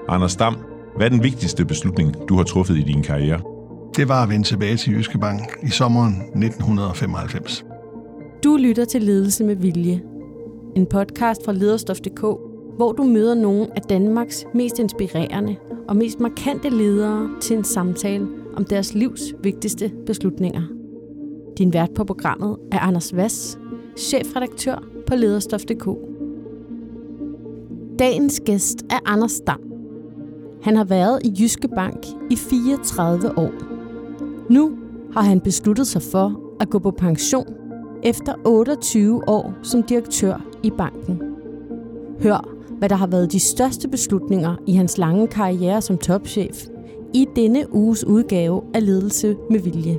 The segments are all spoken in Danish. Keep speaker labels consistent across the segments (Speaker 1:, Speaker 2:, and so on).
Speaker 1: Anders Dam, hvad er den vigtigste beslutning, du har truffet i din karriere?
Speaker 2: Det var at vende tilbage til Jyske Bank i sommeren 1995.
Speaker 3: Du lytter til Ledelse med Vilje. En podcast fra Lederstof.dk, hvor du møder nogle af Danmarks mest inspirerende og mest markante ledere til en samtale om deres livs vigtigste beslutninger. Din vært på programmet er Anders Vass, chefredaktør på Lederstof.dk. Dagens gæst er Anders Dam. Han har været i Jyske Bank i 34 år. Nu har han besluttet sig for at gå på pension efter 28 år som direktør i banken. Hør, hvad der har været de største beslutninger i hans lange karriere som topchef i denne uges udgave af Ledelse med Vilje.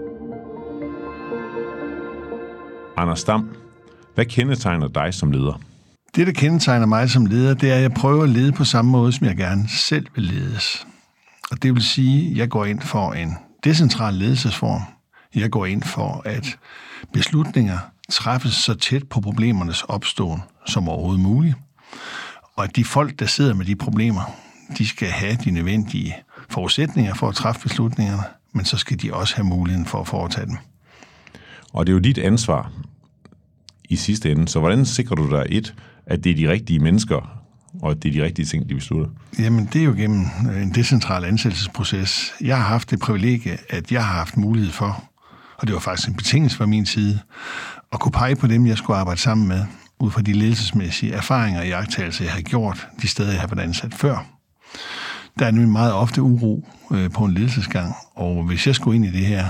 Speaker 1: Anders Dam, hvad kendetegner dig som leder?
Speaker 2: Det, der kendetegner mig som leder, det er, at jeg prøver at lede på samme måde, som jeg gerne selv vil ledes. Og det vil sige, at jeg går ind for en decentral ledelsesform. Jeg går ind for, at beslutninger træffes så tæt på problemernes opståen som overhovedet muligt. Og at de folk, der sidder med de problemer, de skal have de nødvendige forudsætninger for at træffe beslutningerne, men så skal de også have muligheden for at foretage dem.
Speaker 1: Og det er jo dit ansvar i sidste ende, så hvordan sikrer du dig at det er de rigtige mennesker, og at det er de rigtige ting, de beslutter?
Speaker 2: Jamen, det er jo gennem en decentral ansættelsesproces. Jeg har haft det privilegie, at jeg har haft mulighed for, og det var faktisk en betingelse fra min side, at kunne pege på dem, jeg skulle arbejde sammen med, ud fra de ledelsesmæssige erfaringer og iagttagelser, jeg har gjort de steder, jeg har været ansat før. Der er nemlig meget ofte uro på en ledelsesgang, og hvis jeg skulle ind i det her,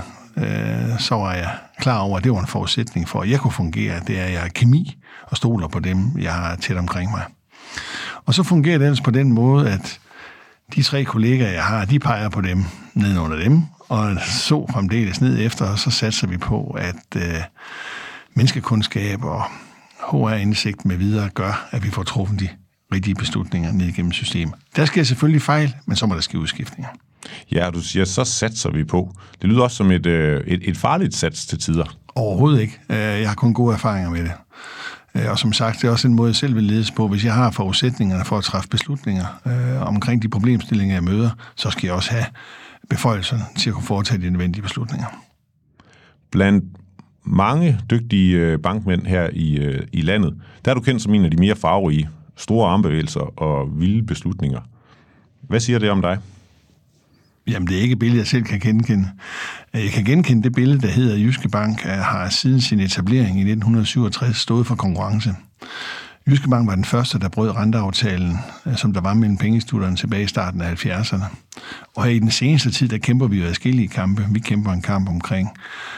Speaker 2: så var jeg klar over, at det var en forudsætning for, at jeg kunne fungere. Det er, at jeg har kemi og stoler på dem, jeg har tæt omkring mig. Og så fungerer det ellers på den måde, at de 3 kollegaer, jeg har, de peger på dem ned under dem, og så fremdeles ned efter, og så satser vi på, at menneskekundskab og HR-indsigt med videre gør, at vi får truffet de rigtige beslutninger ned igennem systemet. Der sker selvfølgelig fejl, men så må der ske udskiftninger.
Speaker 1: Ja, du siger, så satser vi på. Det lyder også som et farligt sats til tider.
Speaker 2: Overhovedet ikke. Jeg har kun gode erfaringer med det. Og som sagt, det er også en måde, jeg selv vil ledes på. Hvis jeg har forudsætningerne for at træffe beslutninger omkring de problemstillinger, jeg møder, så skal jeg også have beføjelserne til at kunne foretage de nødvendige beslutninger.
Speaker 1: Blandt mange dygtige bankmænd her i landet, der er du kendt som en af de mere farverige, store armbevægelser og vilde beslutninger. Hvad siger det om dig?
Speaker 2: Jamen, det er ikke et billede, jeg selv kan genkende. Jeg kan genkende det billede, der hedder, at Jyske Bank har siden sin etablering i 1967 stået for konkurrence. Jyske Bank var den første, der brød renteaftalen, som der var mellem pengeinstitutterne tilbage i starten af 70'erne. Og her i den seneste tid, der kæmper vi jo adskillige kampe. Vi kæmper en kamp omkring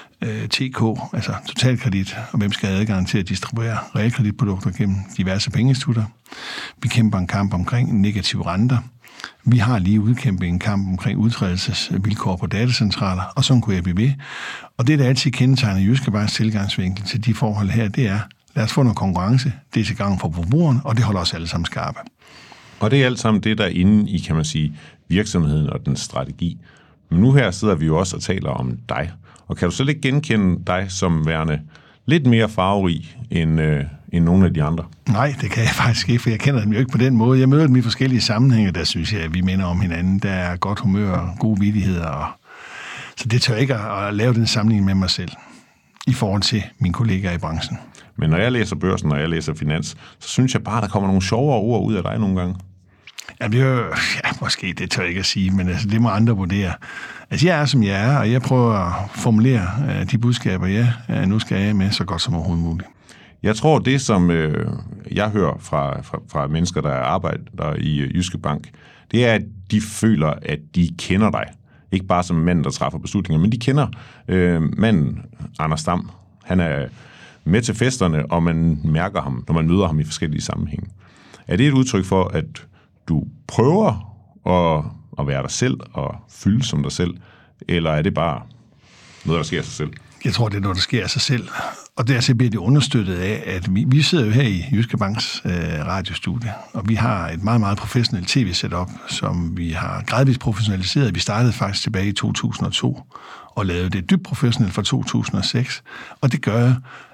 Speaker 2: TK, altså totalkredit, og hvem skal have adgang til at distribuere realkreditprodukter gennem diverse pengeinstitutter. Vi kæmper en kamp omkring negative renter. Vi har lige udkæmpet en kamp omkring udtrædelsesvilkår på datacentraler, og sådan kunne jeg blive ved. Og det, der altid kendetegner Jyske Banks tilgangsvinkel til de forhold her, det er, lad os få noget konkurrence, det er til gavn for forbrugeren, og det holder os alle sammen skarpe.
Speaker 1: Og det er alt sammen det, der er inde i, kan man sige, virksomheden og den strategi. Men nu her sidder vi jo også og taler om dig. Og kan du så ikke genkende dig som værende lidt mere farverig end nogle af de andre? Nej, det kan jeg faktisk ikke, for jeg kender dem jo ikke på den måde. Jeg møder dem i forskellige sammenhænge, der synes jeg, at vi minder om hinanden. Der er godt humør og gode vittigheder. Så det tør ikke at lave den sammenligning med mig selv i forhold til mine kollegaer i branchen. Men når jeg læser børsen, når jeg læser finans, så synes jeg bare, der kommer nogle sjovere ord ud af dig nogle gange. Ja, måske, det tør jeg ikke at sige, men altså, det må andre vurdere. Altså, jeg er, som jeg er, og jeg prøver at formulere de budskaber, jeg nu skal af med, så godt som overhovedet muligt. Jeg tror, det som jeg hører fra mennesker, der arbejder i Jyske Bank, det er, at de føler, at de kender dig. Ikke bare som manden, der træffer beslutninger, men de kender manden, Anders Dam. Han er med til festerne, og man mærker ham, når man møder ham i forskellige sammenhænge. Er det et udtryk for, at du prøver at være dig selv og fylde som dig selv, eller er det bare noget, der sker af sig selv? Jeg tror, det er noget, der sker af sig selv. Og dertil bliver det understøttet af, at vi sidder jo her i Jyske Banks radiostudie, og vi har et meget, meget professionelt tv-setup, som vi har gradvist professionaliseret. Vi startede faktisk tilbage i 2002 og lavede det dybt professionelt fra 2006, og det gør,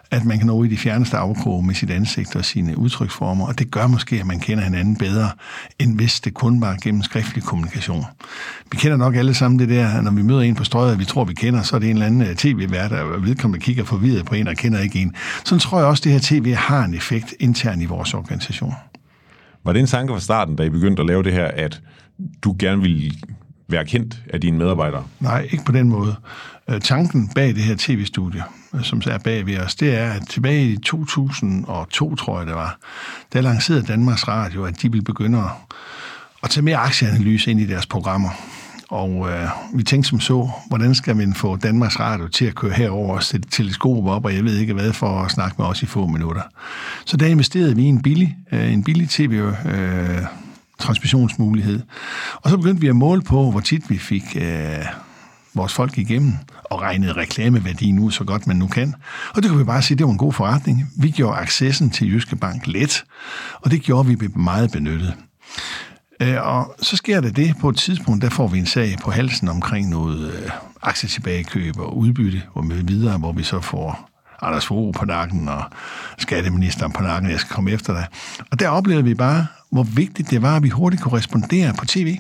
Speaker 2: at man kan nå i de fjerneste afkroge med sit ansigt og sine udtryksformer, og det gør måske, at man kender hinanden bedre, end hvis det kun var gennem skriftlig kommunikation. Vi kender nok alle sammen det der, når vi møder en på strøget, vi tror, vi kender, så er det en eller anden tv-vært, og vedkommende kigger forvirret på en og kender ikke en. Sådan tror jeg også, at det her tv har en effekt internt i vores organisation.
Speaker 1: Var det en tanke fra starten, da I begyndte at lave det her, at du gerne ville være kendt af dine medarbejdere?
Speaker 2: Nej, ikke på den måde. Tanken bag det her tv-studie, som er bag ved os, det er, at tilbage i 2002, tror jeg det var, der lancerede Danmarks Radio, at de ville begynde at tage mere aktieanalyse ind i deres programmer. Og vi tænkte som så, hvordan skal vi få Danmarks Radio til at køre herover og sætte teleskoper op, og jeg ved ikke hvad, for at snakke med os i få minutter. Så der investerede vi i en billig tv-transmissionsmulighed. Og så begyndte vi at måle på, hvor tit vi fik vores folk igennem, og regnede reklameværdien ud så godt man nu kan. Og det kunne vi bare sige, det var en god forretning. Vi gjorde accessen til Jyske Bank let, og det gjorde vi meget benyttet. Og så sker det på et tidspunkt, der får vi en sag på halsen omkring noget aktietilbagekøb og udbytte, hvor vi så får Anders Fogh på nakken og skatteministeren på nakken, jeg skal komme efter dig. Og der oplevede vi bare, hvor vigtigt det var, at vi hurtigt kunne respondere på tv,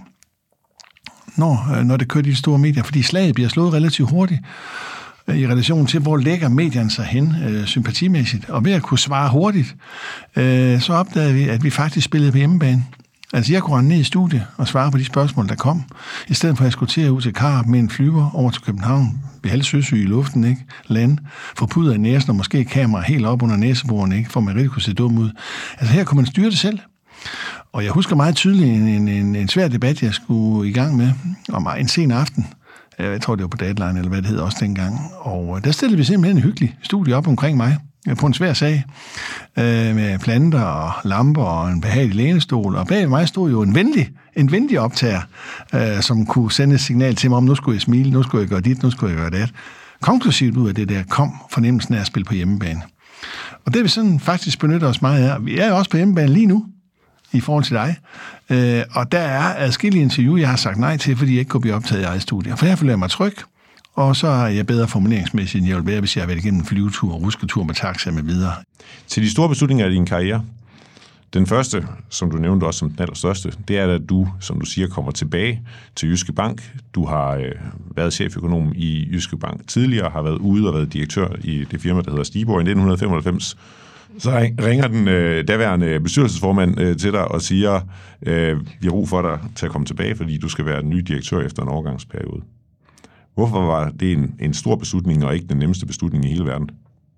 Speaker 2: når det kørte i de store medier, fordi slaget bliver slået relativt hurtigt i relation til, hvor lægger medierne sig hen sympatimæssigt. Og ved at kunne svare hurtigt, så opdagede vi, at vi faktisk spillede på hjemmebane. Altså, jeg kunne rende ned i studiet og svare på de spørgsmål, der kom, i stedet for at eskortere ud til Karup med en flyver over til København, blive halvsøsyg i luften, ikke? Lande, få puder i næsen og måske kamera helt op under næseboren, ikke? For man rigtig kunne se dum ud. Altså, her kunne man styre det selv. Og jeg husker meget tydeligt en svær debat, jeg skulle i gang med om en sen aften. Jeg tror, det var på Deadline, eller hvad det hed også dengang. Og der stillede vi simpelthen en hyggelig studie op omkring mig på en svær sag, med planter og lamper og en behagelig lænestol. Og bag mig stod jo en venlig optager, som kunne sende et signal til mig om, nu skulle jeg smile, nu skulle jeg gøre dit, nu skulle jeg gøre det. Konklusivt ud af det der kom fornemmelsen af at spille på hjemmebane. Og det vi sådan faktisk benytter os meget af. Vi er jo også på hjemmebane lige nu, i forhold til dig. Og der er adskillige interview, jeg har sagt nej til, fordi jeg ikke kunne blive optaget i eget studie. For jeg føler mig tryg, og så er jeg bedre formuleringsmæssigt, end jeg vil være, hvis jeg har været igennem en flyvetur og rusketur med taxa med videre.
Speaker 1: Til de store beslutninger af din karriere, den første, som du nævnte også som den allerstørste, det er, at du, som du siger, kommer tilbage til Jyske Bank. Du har været cheføkonom i Jyske Bank tidligere, har været ude og været direktør i det firma, der hedder Stiborg i 1995. Så ringer den daværende bestyrelsesformand til dig og siger, vi har brug for dig til at komme tilbage, fordi du skal være den nye direktør efter en overgangsperiode. Hvorfor var det en stor beslutning og ikke den nemmeste beslutning i hele verden?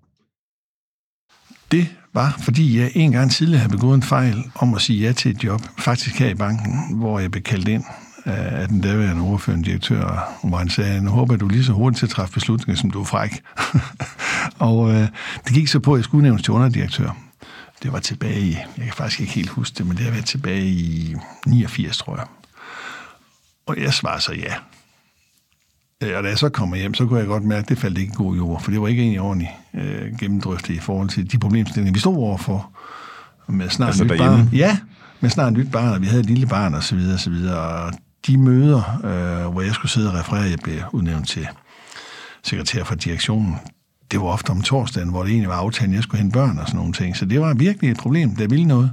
Speaker 2: Det var, fordi jeg en gang tidligere havde begået en fejl om at sige ja til et job, faktisk her i banken, hvor jeg blev kaldt ind af den daværende ordførende direktør, hvor han sagde, nu håber jeg, du er lige så hurtigt til at træffe beslutninger, som du er fræk. Og det gik så på, at jeg skulle nævnes til underdirektør. Det var tilbage i, jeg kan faktisk ikke helt huske det, men det har været tilbage i 89, tror jeg. Og jeg svarede så ja. Og da jeg så kommer hjem, så kunne jeg godt mærke, at det faldt ikke god jord, for det var ikke egentlig ordentligt gennemdrøftet i forhold til de problemstillinger, vi stod overfor med snart nyt barn. Ja, med snart nyt barn, og vi havde et lille barn, og så videre, og så videre. Og de møder, hvor jeg skulle sidde og referere, jeg blev udnævnt til sekretær for direktionen, det var ofte om torsdagen, hvor det egentlig var aftalen, jeg skulle hente børn og sådan nogle ting. Så det var virkelig et problem, der ville noget.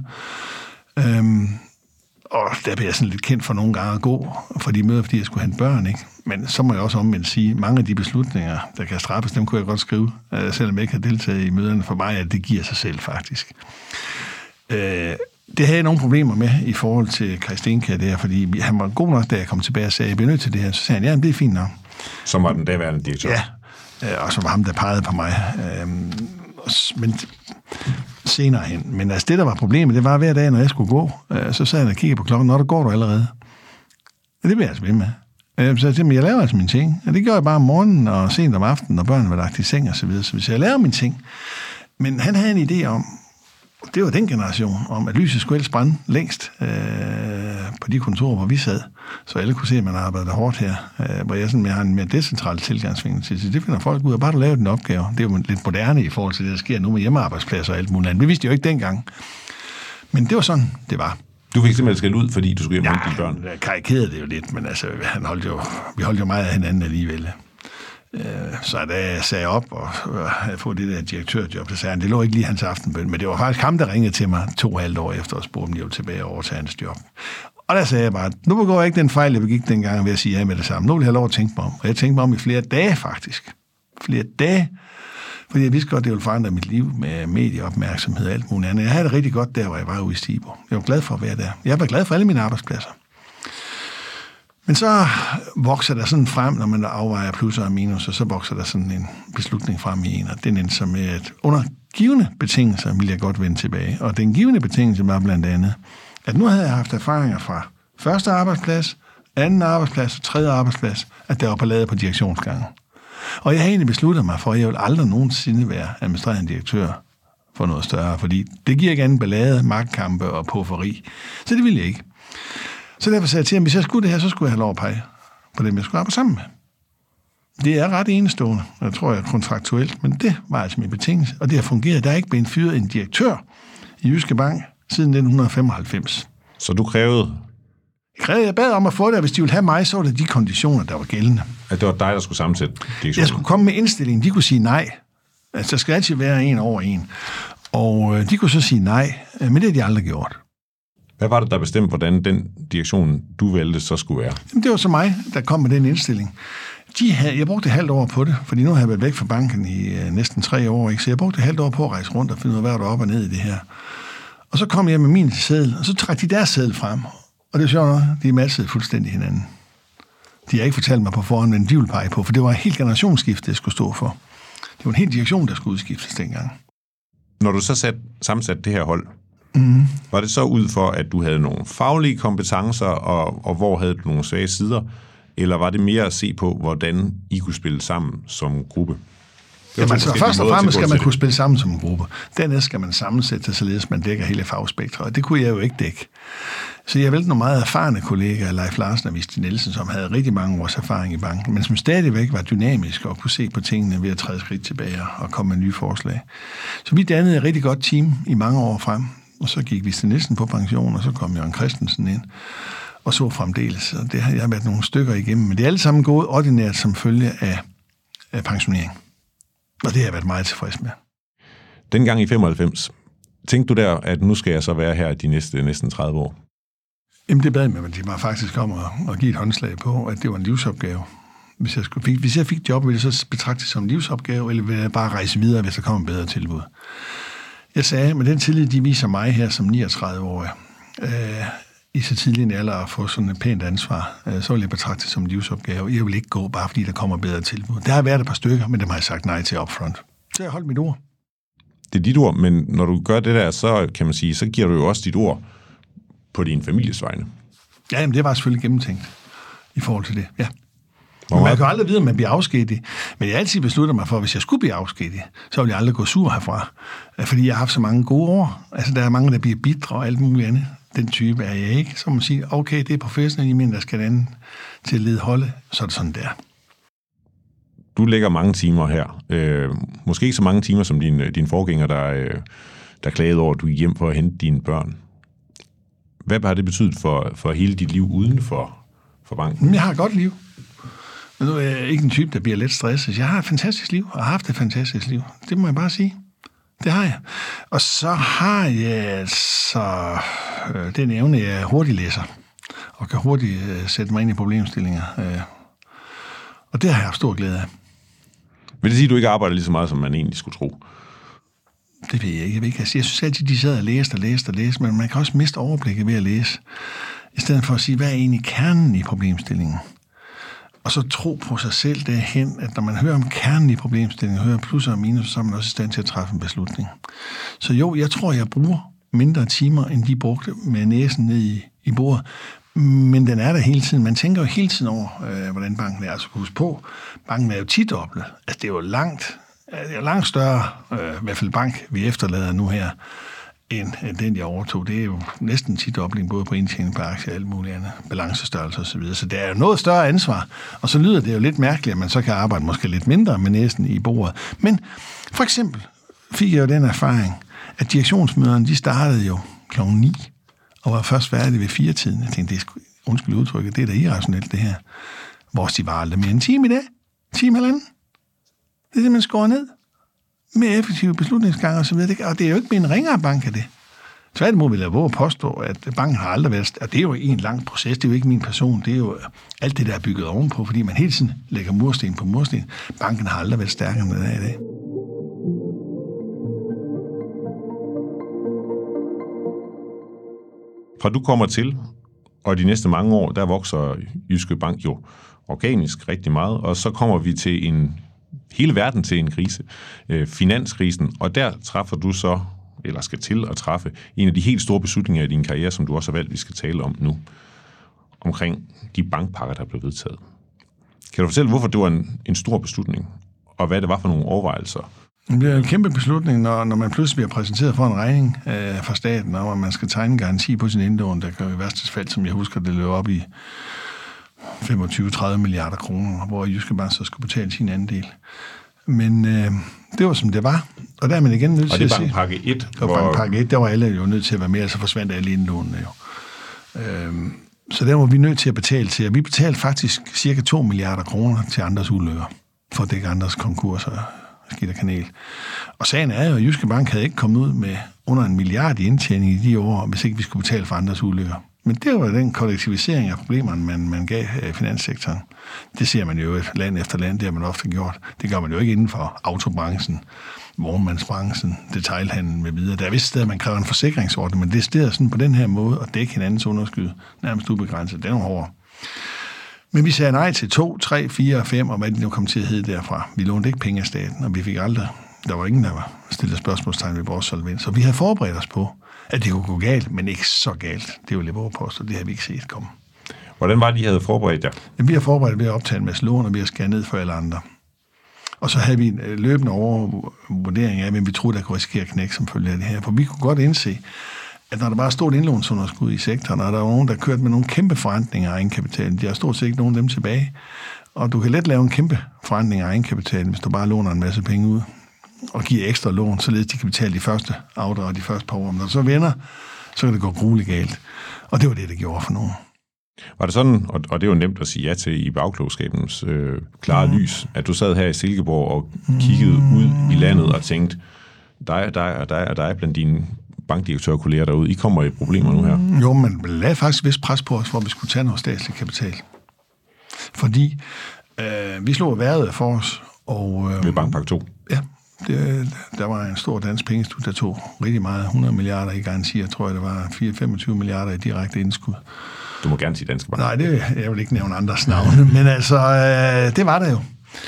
Speaker 2: Og der blev jeg sådan lidt kendt for nogle gange at gå for de møder, fordi jeg skulle hente børn, ikke? Men så må jeg også omvendt sige, mange af de beslutninger, der kan straffes, dem kunne jeg godt skrive, selvom jeg ikke har deltaget i møderne. For mig, at det giver sig selv, faktisk. Det havde jeg nogle problemer med i forhold til Kaj Stenkiær der, fordi han var god nok, da jeg kom tilbage og sagde, jeg bliver nødt til det her. Så sagde han, ja, det er fint nok.
Speaker 1: Som var den daværende direktør?
Speaker 2: Ja, og så var ham, der pegede på mig. Men senere hen. Men altså det, der var problemet, det var hver dag, når jeg skulle gå, så sad jeg og kiggede på klokken, når der går du allerede. Og det blev jeg altså ved med. Så jeg laver altså mine ting. Og det gjorde jeg bare om morgenen og sent om aftenen, når børnene var lagt i seng og så videre. Så jeg laver mine ting. Men han havde en idé om, det var den generation, om at lyset skulle ellers brænde længst på de kontorer, hvor vi sad. Så alle kunne se, at man arbejdede hårdt her. Hvor jeg sådan, har en mere decentral tilgangsvinkel til. Så det finder folk ud af, bare du laver den opgave. Det er jo lidt moderne i forhold til det, der sker nu med hjemmearbejdspladser og alt muligt andet. Vi vidste jo ikke dengang. Men det var sådan, det var.
Speaker 1: Du fik simpelthen skældt ud, fordi du skulle hjem med dine børn?
Speaker 2: Ja, karikerede det jo lidt, men altså, vi holdt jo meget af hinanden alligevel. Så da jeg sagde op og havde fået det der direktørjob, så sagde han, det lå ikke lige hans aftenbøn, men det var faktisk ham, der ringede til mig 2,5 år efter og spurgte, om jeg var tilbage og overtage hans job. Og der sagde jeg bare, nu begår jeg ikke den fejl, jeg begik dengang ved at sige ja med det samme. Nu vil jeg have lov at tænke mig om. Og jeg tænkte mig om i flere dage faktisk. Flere dage. Fordi jeg vidste godt, det ville forandre mit liv med medieopmærksomhed og alt muligt andet. Jeg havde det rigtig godt der, hvor jeg var ude i Stibo. Jeg var glad for at være der. Jeg var glad for alle mine arbejdspladser. Men så vokser der sådan frem, når man afvejer plusser og minus, og så vokser der sådan en beslutning frem i en, og den endte så med, at under givende betingelser ville jeg godt vende tilbage. Og den givende betingelse var blandt andet, at nu havde jeg haft erfaringer fra første arbejdsplads, anden arbejdsplads og tredje arbejdsplads, at der var ballade på direktionsgangen. Og jeg havde egentlig besluttet mig for, at jeg ville aldrig nogensinde være administrerende direktør for noget større, fordi det giver ikke anden ballade, magtkampe og påferi. Så det ville jeg ikke. Så derfor sagde jeg til ham, hvis jeg skulle det her, så skulle jeg have lov at pege på dem, jeg skulle arbejde sammen med. Det er ret enestående, og jeg tror, jeg er kontraktuelt, men det var altså min betingelse, og det har fungeret. Der er ikke blevet fyret en direktør i Jyske Bank siden 1995.
Speaker 1: Så du krævede?
Speaker 2: Jeg bad om at få det, og hvis de ville have mig, så var det de konditioner, der var gældende.
Speaker 1: At det var dig, der skulle sammensætte direktionen?
Speaker 2: Jeg skulle komme med indstillingen. De kunne sige nej. Altså, der skal altid være en over en. Og de kunne så sige nej, men det har de aldrig gjort.
Speaker 1: Hvad var det, der bestemte, hvordan den direktion, du valgte, så skulle være?
Speaker 2: Jamen, det var så mig, der kom med den indstilling. Jeg brugte et halvt år på det, fordi nu har jeg været væk fra banken i næsten 3 år, ikke? Så jeg brugte et halvt år på at rejse rundt og finde ud af, hvad der var op og ned i det her. Og så kom jeg med min seddel, og så trak de deres seddel frem. Og det er sjovt nok, de matchede fuldstændig hinanden. De har ikke fortalt mig på forhånd, men de ville pege på, for det var en helt generationsskifte, jeg skulle stå for. Det var en hel direktion, der skulle udskiftes dengang.
Speaker 1: Når du så sammensat det her hold, var det så ud for, at du havde nogle faglige kompetencer, og hvor havde du nogle svage sider, eller var det mere at se på, hvordan I kunne spille sammen som gruppe?
Speaker 2: Jamen, så først og fremmest skal man kunne spille sammen som en gruppe. Dernæst skal man sammensætte, således man dækker hele fagspektret, og det kunne jeg jo ikke dække. Så jeg valgte nogle meget erfarne kollegaer, Leif Larsen og Visti Nielsen, som havde rigtig mange års erfaring i banken, men som stadigvæk var dynamiske og kunne se på tingene ved at træde skridt tilbage og komme med nye forslag. Så vi dannede et rigtig godt team i mange år frem, og så gik Visti Nielsen på pension, og så kom Jørgen Christensen ind, og så fremdeles. Og det har jeg været nogle stykker igennem, men det er alle sammen gået ordinært som følge af pensionering. Og det har jeg været meget tilfreds med.
Speaker 1: Dengang i 95, tænkte du der, at nu skal jeg så være her de næste næsten 30 år?
Speaker 2: Jamen det bad mig, men de var faktisk om at give et håndslag på, at det var en livsopgave. Hvis jeg fik job, ville jeg så betragte det som en livsopgave, eller ville jeg bare rejse videre, hvis der kom en bedre tilbud. Jeg sagde, med den tillid, de viser mig her som 39-årig, i så tidlig en alder at få sådan et pænt ansvar, så vil jeg betragte det som en livsopgave. Jeg vil ikke gå, bare fordi der kommer bedre tilbud. Der har været et par stykker, men dem har jeg sagt nej til upfront. Så jeg holdt mit ord.
Speaker 1: Det er dit ord, men når du gør det der, så kan man sige, så giver du jo også dit ord på din families vegne.
Speaker 2: Ja, jamen det var selvfølgelig gennemtænkt i forhold til det, ja. Men man kan jo aldrig vide, om man bliver afskediget. Men jeg altid beslutter mig for, at hvis jeg skulle blive afskediget, så ville jeg aldrig gå sur herfra. Fordi jeg har haft så mange gode år. Altså, der er mange, der bliver bitre og alt muligt andet. Den type er jeg ikke. Så må man sige, okay, det er professionelt, men der skal anden til at lede holde. Så er det sådan der.
Speaker 1: Du lægger mange timer her. Måske ikke så mange timer som din forgænger, der klagede over, at du gik hjem for at hente dine børn. Hvad har det betydet for hele dit liv uden for banken?
Speaker 2: Jeg har et godt liv. Men nu er jeg ikke en type, der bliver lidt stresset. Jeg har et fantastisk liv, og har haft et fantastisk liv. Det må jeg bare sige. Det har jeg. Og så har jeg altså den evne, jeg hurtigt læser, og kan hurtigt sætte mig ind i problemstillinger. Og det har jeg haft stor glæde af.
Speaker 1: Vil det sige, at du ikke arbejder lige så meget, som man egentlig skulle tro?
Speaker 2: Det ved jeg ikke. Jeg synes altid, de sad og læste, men man kan også miste overblikket ved at læse. I stedet for at sige, hvad er egentlig kernen i problemstillingen? Og så tro på sig selv derhen, at når man hører om kernen i problemstillingen, hører plusser og minus, så er man også i stand til at træffe en beslutning. Så jo, jeg tror, jeg bruger mindre timer, end de brugte med næsen ned i bordet. Men den er der hele tiden. Man tænker jo hele tiden over, hvordan banken er. Altså husk på, banken er jo tidoblet. Altså det er jo langt større, i hvert fald bank, vi efterlader nu her, end den, jeg overtog. Det er jo næsten en tidobling, både på indtjening på aktier og alt muligt andet, balancestørrelse osv. Så det er jo noget større ansvar. Og så lyder det jo lidt mærkeligt, at man så kan arbejde måske lidt mindre med næsen i bordet. Men for eksempel fik jeg jo den erfaring, at direktionsmøderne, de startede jo kl. 9, og var først færdige ved 4-tiden. Jeg tænkte, undskyld udtrykket, det er da irrationelt det her. Vores de var aldrig mere en time i dag. Time eller anden. Det er simpelthen skåret ned. Mere effektive beslutningsgange osv. Og det er jo ikke med en ringere bank af det. Tværtimod vil jeg våge at påstå, at banken har aldrig været, og det er jo en lang proces, det er jo ikke min person, det er jo alt det, der er bygget ovenpå, fordi man hele tiden lægger mursten på mursten. Banken har aldrig været stærkere end den er i dag.
Speaker 1: Fra du kommer til, og de næste mange år, der vokser Jyske Bank jo organisk rigtig meget, og så kommer vi til hele verden til en krise, finanskrisen, og der træffer du så, eller skal til at træffe, en af de helt store beslutninger i din karriere, som du også har valgt, vi skal tale om nu, omkring de bankpakker, der blev vedtaget. Kan du fortælle, hvorfor det var en stor beslutning, og hvad det var for nogle overvejelser?
Speaker 2: Det bliver en kæmpe beslutning, når man pludselig bliver præsenteret for en regning fra staten, om at man skal tegne en garanti på sin indlån, der kan i værste fald, som jeg husker, det løber op i 25-30 milliarder kroner, hvor Jyske Bank så skulle betale sin andel. Men det var, som det var. Og der er man igen nødt til at sige...
Speaker 1: Og det var bankpakke 1?
Speaker 2: Og bankpakke 1, der var alle jo nødt til at være med, og så forsvandt alle indlånene jo. Så der var vi nødt til at betale til. Og vi betalte faktisk cirka 2 milliarder kroner til andres ulykker, for at dække andres konkurser, skidt og kanel. Og sagen er jo, at Jyske Bank havde ikke kommet ud med under 1 milliard i indtjening i de år, hvis ikke vi skulle betale for andres ulykker. Men det var den kollektivisering af problemerne, man gav finanssektoren. Det ser man jo land efter land, det har man ofte gjort. Det gør man jo ikke inden for autobranchen, vognmandsbranchen, detailhandlen med videre. Der er vist steder, man kræver en forsikringsordning, men det er steder sådan på den her måde at dække hinandens underskud, nærmest ubegrænset. Det er hårdt. Men vi sagde nej til 2, 3, 4 og 5, og hvad det nu kom til at hedde derfra. Vi lånte ikke penge af staten, og vi fik aldrig... Der var ingen, der var stillet spørgsmålstegn ved vores solvens. Så vi havde forberedt os på, at det kunne gå galt, men ikke så galt. Det var lidt overpost, og det har vi ikke set komme.
Speaker 1: Hvordan var det, I havde forberedt jer?
Speaker 2: Vi har forberedt ved at optage en masse lån, og vi har skæret ned for alle andre. Og så havde vi en løbende overvurdering af, hvem vi troede, der kunne risikere at knække som følge af det her. For vi kunne godt indse, at når der var stort indlånsunderskud i sektoren, og der var nogen, der kørte med nogle kæmpe forrentninger af egenkapitalen, de har stort set ikke nogen af dem tilbage. Og du kan let lave en kæmpe forrentning af egenkapitalen, hvis du bare låner en masse penge ud og giver ekstra lån, således de kan betale de første afdrag de første par år. Når du så vender, så kan det gå grueligt galt. Og det var det gjorde for nogen.
Speaker 1: Var det sådan, og det er jo nemt at sige ja til i bagklogskabens klare lys, at du sad her i Silkeborg og kiggede ud i landet og tænkte, dig blandt dine bankdirektørkolleger derude, I kommer i problemer nu her?
Speaker 2: Jo, men man lagde faktisk vist pres på os, for at vi skulle tage noget statslig kapital. Fordi vi slog vejret for os. Og,
Speaker 1: ved bankpakke 2?
Speaker 2: Ja, der var en stor dansk pengeinstitut, der tog rigtig meget, 100 milliarder i garantier, tror jeg, det var 4-25 milliarder i direkte indskud.
Speaker 1: Du må gerne sige Danske Bank.
Speaker 2: Nej, jeg vil ikke nævne andres navne, men altså, det var der jo.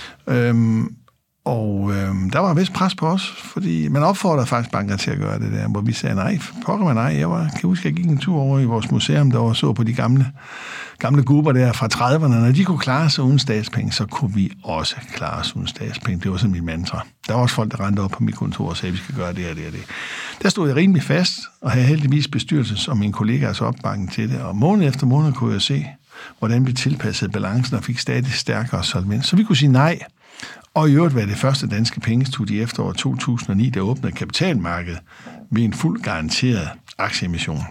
Speaker 2: Der var vist pres på os, fordi man opfordrede faktisk banker til at gøre det der, hvor vi sagde nej, pokker man nej. Jeg kan huske, at jeg gik en tur over i vores museum, der var så på de gamle grupper der fra 30'erne. Når de kunne klare sig uden statspenge, så kunne vi også klare os uden statspenge. Det var sådan mit mantra. Der var også folk, der rendte op på mit kontor og sagde, at vi skal gøre det og det og det. Der stod jeg rimelig fast, og havde heldigvis bestyrelses og mine kollegaers opbakning til det. Og måned efter måned kunne jeg se, hvordan vi tilpassede balancen og fik stadig stærkere solvens. Så vi kunne sige nej. Og i øvrigt var det første danske pengeinstitut i efteråret 2009, der åbnede kapitalmarkedet ved en fuldt garanteret aktieemission.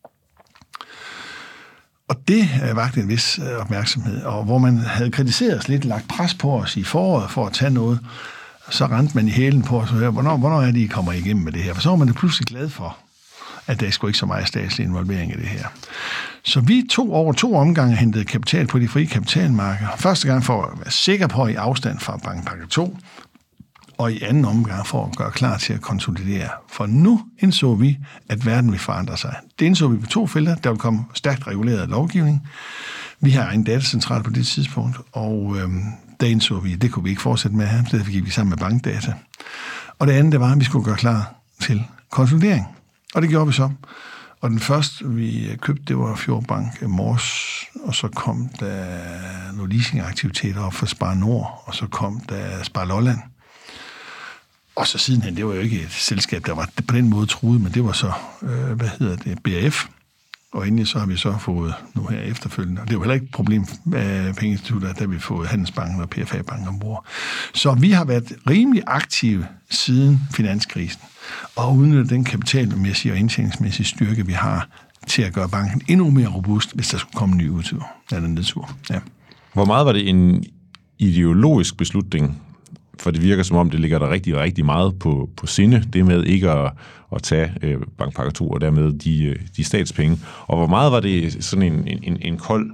Speaker 2: Og det vagte en vis opmærksomhed, og hvor man havde kritiseret os lidt, lagt pres på os i foråret for at tage noget, så rendte man i hælen på os og hørte, hvornår er det, I kommer igennem med det her? For så var man det pludselig glad for, at der skulle ikke så meget statslig involvering i det her. Så vi over 2 omgange hentede kapital på de frie kapitalmarkeder. Første gang for at være sikker på i afstand fra bankpakke 2, og i anden omgang for at gøre klar til at konsolidere. For nu indså vi, at verden vil forandre sig. Det indså vi på 2 felter. Der vil komme stærkt reguleret lovgivning. Vi har en datacentral på det tidspunkt, og der indså vi, at det kunne vi ikke fortsætte med her. Derfor gik vi sammen med bankdata. Og det andet, det var, at vi skulle gøre klar til konsolidering. Og det gjorde vi så. Og den første, vi købte, det var Fjordbank Mors, og så kom der nogle leasingaktiviteter op for Spar Nord, og så kom der Spar Lolland. Og så sidenhen, det var jo ikke et selskab, der var på den måde truet, men det var så, BRF. Og endelig så har vi så fået nu her efterfølgende, og det er jo heller ikke et problem med pengeinstitutter, der vi fået Handelsbanken og PFA-banken ombord. Så vi har været rimelig aktive siden finanskrisen, og udnyttet den kapitalmæssige og indtjeningsmæssige styrke, vi har til at gøre banken endnu mere robust, hvis der skulle komme en ny nedtur. Ja.
Speaker 1: Hvor meget var det en ideologisk beslutning For det virker som om, det ligger der rigtig, rigtig meget på sinde, det med ikke at tage bankpakke 2 og dermed de statspenge. Og hvor meget var det sådan en kold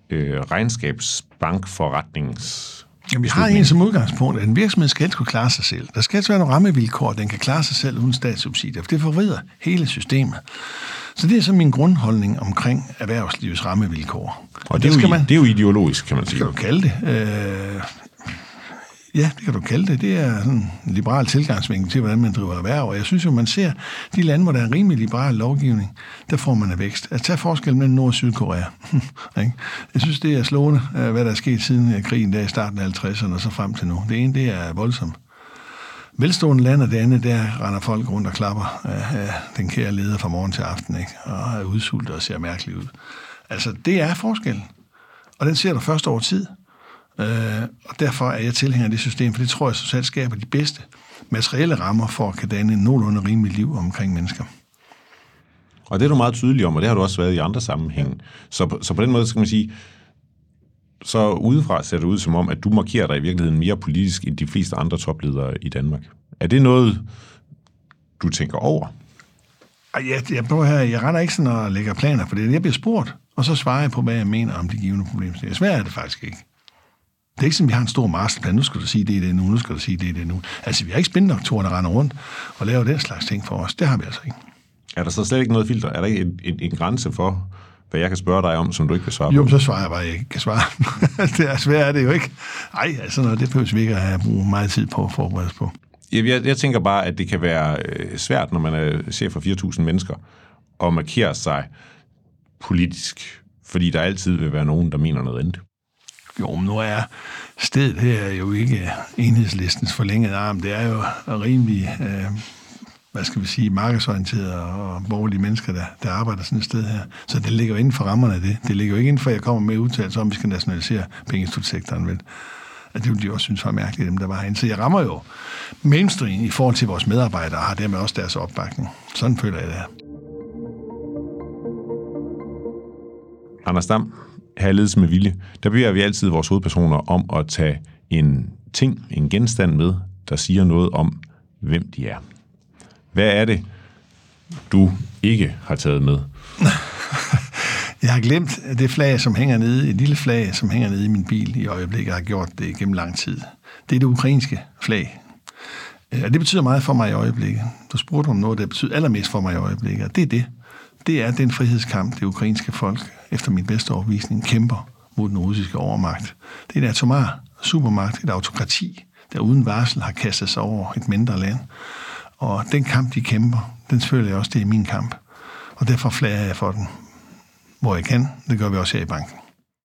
Speaker 1: regnskabsbankforretnings...
Speaker 2: Jamen, vi har en som udgangspunkt, at en virksomhed skal kunne klare sig selv. Der skal være nogle rammevilkår, den kan klare sig selv uden statssubsidier, for det forvrider hele systemet. Så det er så min grundholdning omkring erhvervslivets rammevilkår.
Speaker 1: Og det er jo ideologisk, kan man sige.
Speaker 2: Det kan du kalde det. Ja, det kan du kalde det. Det er sådan en liberal tilgangsvinkel til, hvordan man driver erhverv. Og jeg synes jo, man ser de lande, hvor der er en rimelig liberal lovgivning, der får man af vækst. At tage forskel mellem Nord- og Sydkorea. Jeg synes, det er slående, hvad der er sket siden krigen der i starten af 50'erne og så frem til nu. Det ene, det er voldsomt. Velstående land, og det andet, der render folk rundt og klapper af den kære leder fra morgen til aften, ikke? Og er udsultet og ser mærkeligt ud. Altså, det er forskellen. Og den ser du først over tid. Og derfor er jeg tilhænger af det system, for det tror jeg, så selv skaber de bedste materielle rammer for at kan danne en nogenlunde rimelig liv omkring mennesker.
Speaker 1: Og det er du meget tydelig om, og det har du også været i andre sammenhænge. Så på den måde skal man sige, så udefra ser det ud som om, at du markerer dig i virkeligheden mere politisk end de fleste andre topledere i Danmark. Er det noget, du tænker over?
Speaker 2: Jeg render ikke sådan og lægger planer for det. Jeg bliver spurgt, og så svarer jeg på, hvad jeg mener om de givende problemstillinger. Svært er det faktisk ikke. Det er ikke sådan, vi har en stor masterplan. Nu skal du sige det nu, nu skal du sige det nu. Altså, vi har ikke spindoktorer, der render rundt og laver den slags ting for os. Det har vi altså ikke.
Speaker 1: Er der så slet ikke noget filter? Er der ikke en grænse for, hvad jeg kan spørge dig om, som du ikke kan svare på?
Speaker 2: Jo, så svarer jeg bare, at jeg ikke kan svare. Det er svært, er det jo ikke. Nej, altså noget, det behøver vi ikke at bruge meget tid på at forberede os på.
Speaker 1: Jeg tænker bare, at det kan være svært, når man er chef for 4.000 mennesker, at markere sig politisk, fordi der altid vil være nogen, der mener noget andet.
Speaker 2: Jo, men nu er stedet her jo ikke Enhedslistens forlængede arm. Det er jo rimelig, markedsorienteret og borgerlige mennesker, der arbejder sådan et sted her. Så det ligger jo inden for rammerne af det. Det ligger jo ikke inden for, at jeg kommer med udtalelser om, at vi skal nationalisere pengeinstitutsektoren, vel? At det ville de også synes var mærkeligt, dem der var herinde. Så jeg rammer jo mainstream i forhold til vores medarbejdere, og har dermed også deres opbakning. Sådan føler jeg det her.
Speaker 1: Anders Dam, her i Ledelse med Vilje, der beder vi altid vores hovedpersoner om at tage en ting, en genstand med, der siger noget om, hvem de er. Hvad er det, du ikke har taget med?
Speaker 2: Jeg har glemt det flag, som hænger nede, et lille flag, som hænger nede i min bil i øjeblikket. Jeg har gjort det gennem lang tid. Det er det ukrainske flag. Og det betyder meget for mig i øjeblikket. Du spurgte om noget, der betyder allermest for mig i øjeblikket. Og det er det. Det er den frihedskamp, det ukrainske folk, efter min bedste overbevisning, kæmper mod den russiske overmagt. Det er en atomar supermagt, et autokrati, der uden varsel har kastet sig over et mindre land. Og den kamp, de kæmper, den føler jeg også, det er min kamp. Og derfor flager jeg for den, hvor jeg kan. Det gør vi også her i banken.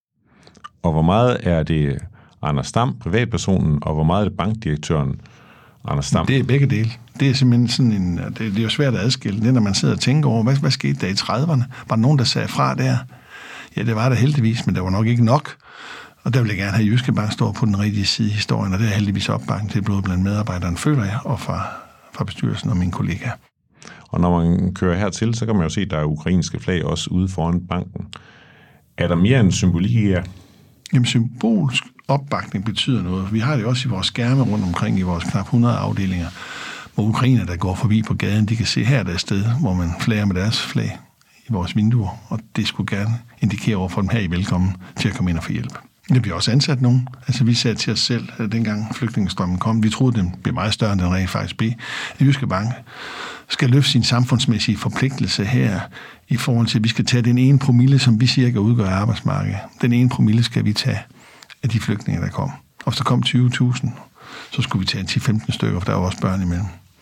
Speaker 1: Og hvor meget er det Anders Dam, privatpersonen, og hvor meget er det bankdirektøren Anders Dam?
Speaker 2: Det er begge dele. Det er simpelthen sådan en... Det er jo svært at adskille. Det er, når man sidder og tænker over, hvad skete der i 30'erne? Var der nogen, der sagde fra der? Ja, det var der heldigvis, men der var nok ikke nok. Og der vil jeg gerne have Jyske Bank står på den rigtige side i historien, og det er heldigvis opbakning til både blandt medarbejderne, føler jeg, og fra bestyrelsen og mine kollegaer.
Speaker 1: Og når man kører hertil, så kan man jo se, at der er ukrainske flag også ude foran banken. Er der mere en symbolik i jer?
Speaker 2: Jamen, symbolsk opbakning betyder noget. Vi har det også i vores skærme rundt omkring i vores knap 100 afdelinger, hvor ukrainer, der går forbi på gaden, de kan se her der et sted, hvor man flager med deres flag i vores vinduer, og det skulle gerne indikere over for dem her i velkommen til at komme ind og få hjælp. Det bliver også ansat nogen. Altså, vi sagde til os selv, at dengang flygtningestrømmen kom, vi troede, den blev meget større, end den rent faktisk blev. Jyske Bank skal løfte sin samfundsmæssige forpligtelse her i forhold til, at vi skal tage den 1 promille, som vi cirka udgør arbejdsmarkedet. Den 1 promille skal vi tage af de flygtninge, der kom. Og hvis der kom 20.000, så skulle vi tage 10-15 stykker, for der er også børn imellem.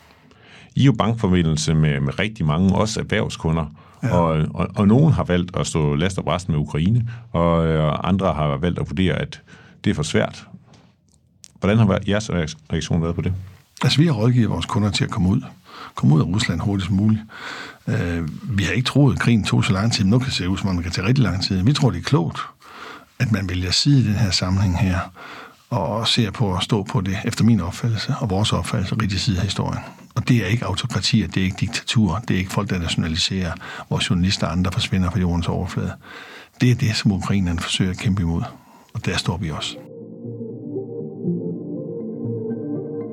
Speaker 1: I er jo bankforbindelse med rigtig mange, også erhvervskunder. Ja. Og nogen har valgt at stå last og brast med Ukraine, og andre har valgt at vurdere, at det er for svært. Hvordan har jeres reaktion været på det?
Speaker 2: Altså, vi har rådgivet vores kunder til at komme ud af Rusland hurtigst muligt. Vi har ikke troet, at krigen tog så lang tid, men nu kan det se ud, som om det kan tage rigtig lang tid. Vi tror, det er klogt, at man vælger side i den her sammenhæng her, og ser på at stå på det, efter min opfattelse og vores opfattelse, rigtig side af historien. Og det er ikke autokratier, det er ikke diktaturer, det er ikke folk, der nationaliserer, hvor journalister og andre forsvinder fra jordens overflade. Det er det, som ukrainerne forsøger at kæmpe imod, og der står vi også.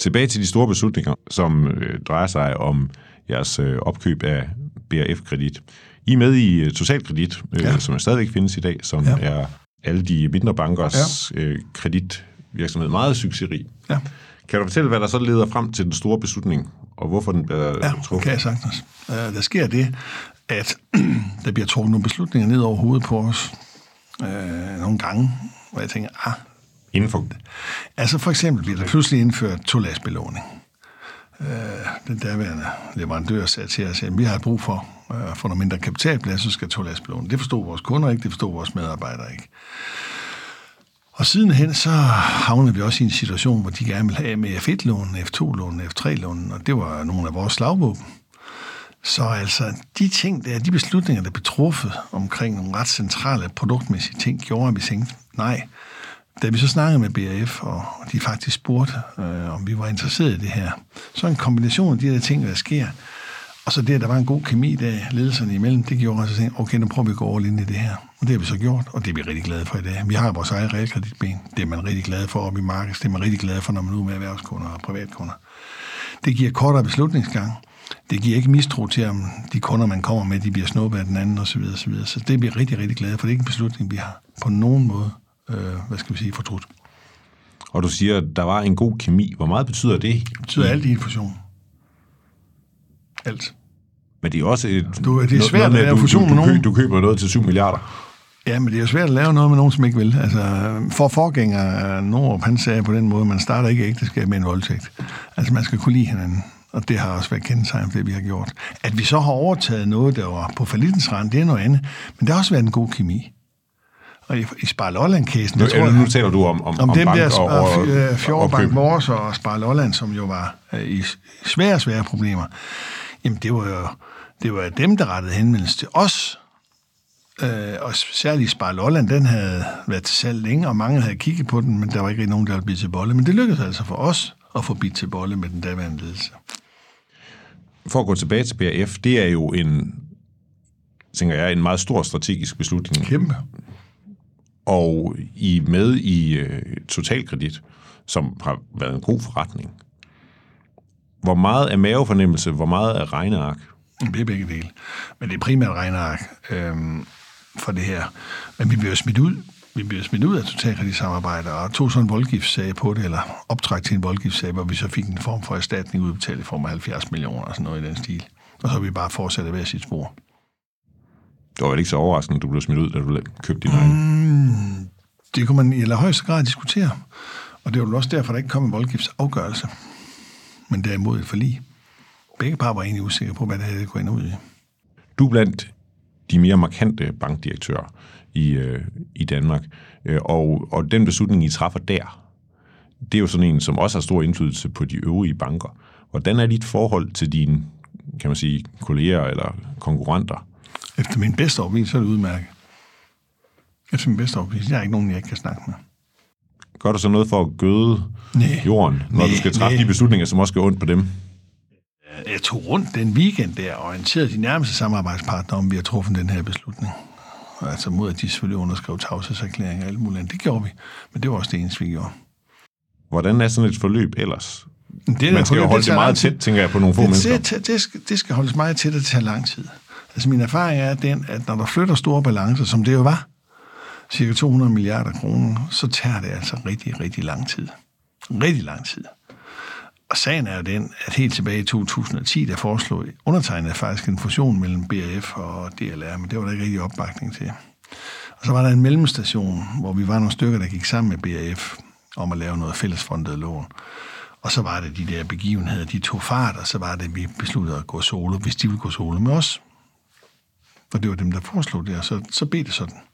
Speaker 1: Tilbage til de store beslutninger, som drejer sig om jeres opkøb af BRF-kredit. I er med i Totalkredit, som stadigvæk findes i dag, som er alle de mindre bankers kreditvirksomhed meget succesrig. Ja. Kan du fortælle, hvad der så leder frem til den store beslutning, og hvorfor den bliver truffet?
Speaker 2: Kan jeg sagtens. Der sker det, at der bliver trukket nogle beslutninger ned over hovedet på os nogle gange, hvor jeg tænker,
Speaker 1: Indenfor?
Speaker 2: Altså for eksempel bliver der pludselig indført tolagsbelåning. Den derværende leverandør sagde til os, at vi har brug for noget mindre kapitalplads, så skal tolagsbelåning. Det forstod vores kunder ikke, det forstod vores medarbejdere ikke. Og sidenhen så havnede vi også i en situation, hvor de gerne ville have med F1-lånen, F2-lånen, F3-lånen, og det var nogle af vores slagvåben. Så altså, de ting der, de beslutninger, der blev truffet omkring nogle ret centrale produktmæssige ting, gjorde, at vi tænkte, nej. Da vi så snakkede med BRF, og de faktisk spurgte, om vi var interesserede i det her, så en kombination af de der ting, der sker, og så det, at der var en god kemi der, ledelserne imellem, det gjorde os at tænke, okay, nu prøver vi at gå all in i det her. Og det har vi så gjort, og det er vi rigtig glade for i dag. Vi har vores eget realkreditben. Det er man rigtig glad for op i markedet. Det er man rigtig glad for, når man er ude med erhvervskunder og privatkunder. Det giver kortere beslutningsgang. Det giver ikke mistro til, om de kunder, man kommer med, de bliver snuppet af den anden osv. osv. Så det er vi rigtig, rigtig glade for. Det er ikke en beslutning, vi har på nogen måde fortrudt.
Speaker 1: Og du siger, at der var en god kemi. Hvor meget betyder det?
Speaker 2: Det betyder alt i en fusion. Alt.
Speaker 1: Men det er også
Speaker 2: det er svært at lave fusion med nogen.
Speaker 1: Du køber noget til 7 milliarder.
Speaker 2: Ja, men det er jo svært at lave noget med nogen, som ikke vil. Altså, for forgænger Norup, han sagde på den måde, man starter ikke ægteskab med en voldtægt. Altså, man skal kunne lide hinanden. Og det har også været kendetegn for det, vi har gjort. At vi så har overtaget noget, der var på fallittens rand, det er noget andet. Men det har også været en god kemi. Og i Spar-Lolland-casen...
Speaker 1: Nu taler du om
Speaker 2: dem
Speaker 1: bank
Speaker 2: der Fjordbank Vores og Spar-Lolland, som jo var i svære problemer. Jamen, det var dem, der rettede henvendelse til os. Og særligt Spar-Lolland, den havde været til salg længe, og mange havde kigget på den, men der var ikke rigtig nogen, der ville blive til bolle. Men det lykkedes altså for os at få bidt til bolle med den daværende ledelse.
Speaker 1: For at gå tilbage til BRF, det er jo en meget stor strategisk beslutning.
Speaker 2: Kæmpe.
Speaker 1: Og I er med i Totalkredit, som har været en god forretning. Hvor meget er mavefornemmelse, hvor meget er regneark?
Speaker 2: Det er begge dele. Men det er primært regneark for det her. Men vi bliver smidt ud. Vi bliver smidt ud af Totalkredit-samarbejde og tog sådan en voldgiftssag på det, eller optræk til en voldgiftssag, hvor vi så fik en form for erstatning udbetalt i form af 70 millioner og sådan noget i den stil. Og så har vi bare fortsat hver sit spor.
Speaker 1: Det var vel ikke så overraskende, at du blev smidt ud, da du købte din egen?
Speaker 2: Det kunne man i allerhøjeste grad diskutere. Og det var også derfor, der ikke kom en voldgiftsafgørelse. Men derimod et forlig. Begge par var egentlig usikre på, hvad det havde gået ind ud i.
Speaker 1: Du er blandt de mere markante bankdirektører i Danmark. Og den beslutning, I træffer der, det er jo sådan en, som også har stor indflydelse på de øvrige banker. Hvordan er dit forhold til dine, kan man sige, kolleger eller konkurrenter?
Speaker 2: Efter min bedste overbevisning, så er det udmærket. Efter min bedste overbevisning, jeg er ikke nogen, jeg ikke kan snakke med.
Speaker 1: Gør du så noget for at gøde jorden, når du skal træffe de beslutninger, som også skal ondt på dem?
Speaker 2: Jeg tog rundt den weekend der og orienterede de nærmeste samarbejdspartnere om, vi har truffet den her beslutning. Altså mod, at de selvfølgelig underskrev tavshedserklæringer og alt muligt. Det gjorde vi, men det var også det eneste, vi gjorde.
Speaker 1: Hvordan er sådan et forløb ellers?
Speaker 2: Man
Speaker 1: skal jo holde det meget tæt, tænker jeg, på nogle få mennesker.
Speaker 2: Det skal holdes meget tæt, og det tager lang tid. Altså min erfaring er den, at når der flytter store balancer, som det jo var, cirka 200 milliarder kroner, så tager det altså rigtig, rigtig lang tid. Rigtig lang tid. Og sagen er jo den, at helt tilbage i 2010, der foreslog undertegnet faktisk en fusion mellem BRF og DLR, men det var der ikke rigtig opbakning til. Og så var der en mellemstation, hvor vi var nogle stykker, der gik sammen med BRF om at lave noget fællesfondet lån. Og så var det de der begivenheder, de tog fart, og så var det, vi besluttede at gå solo, hvis de ville gå solo med os. Og det var dem, der foreslog det, og så blev det sådan.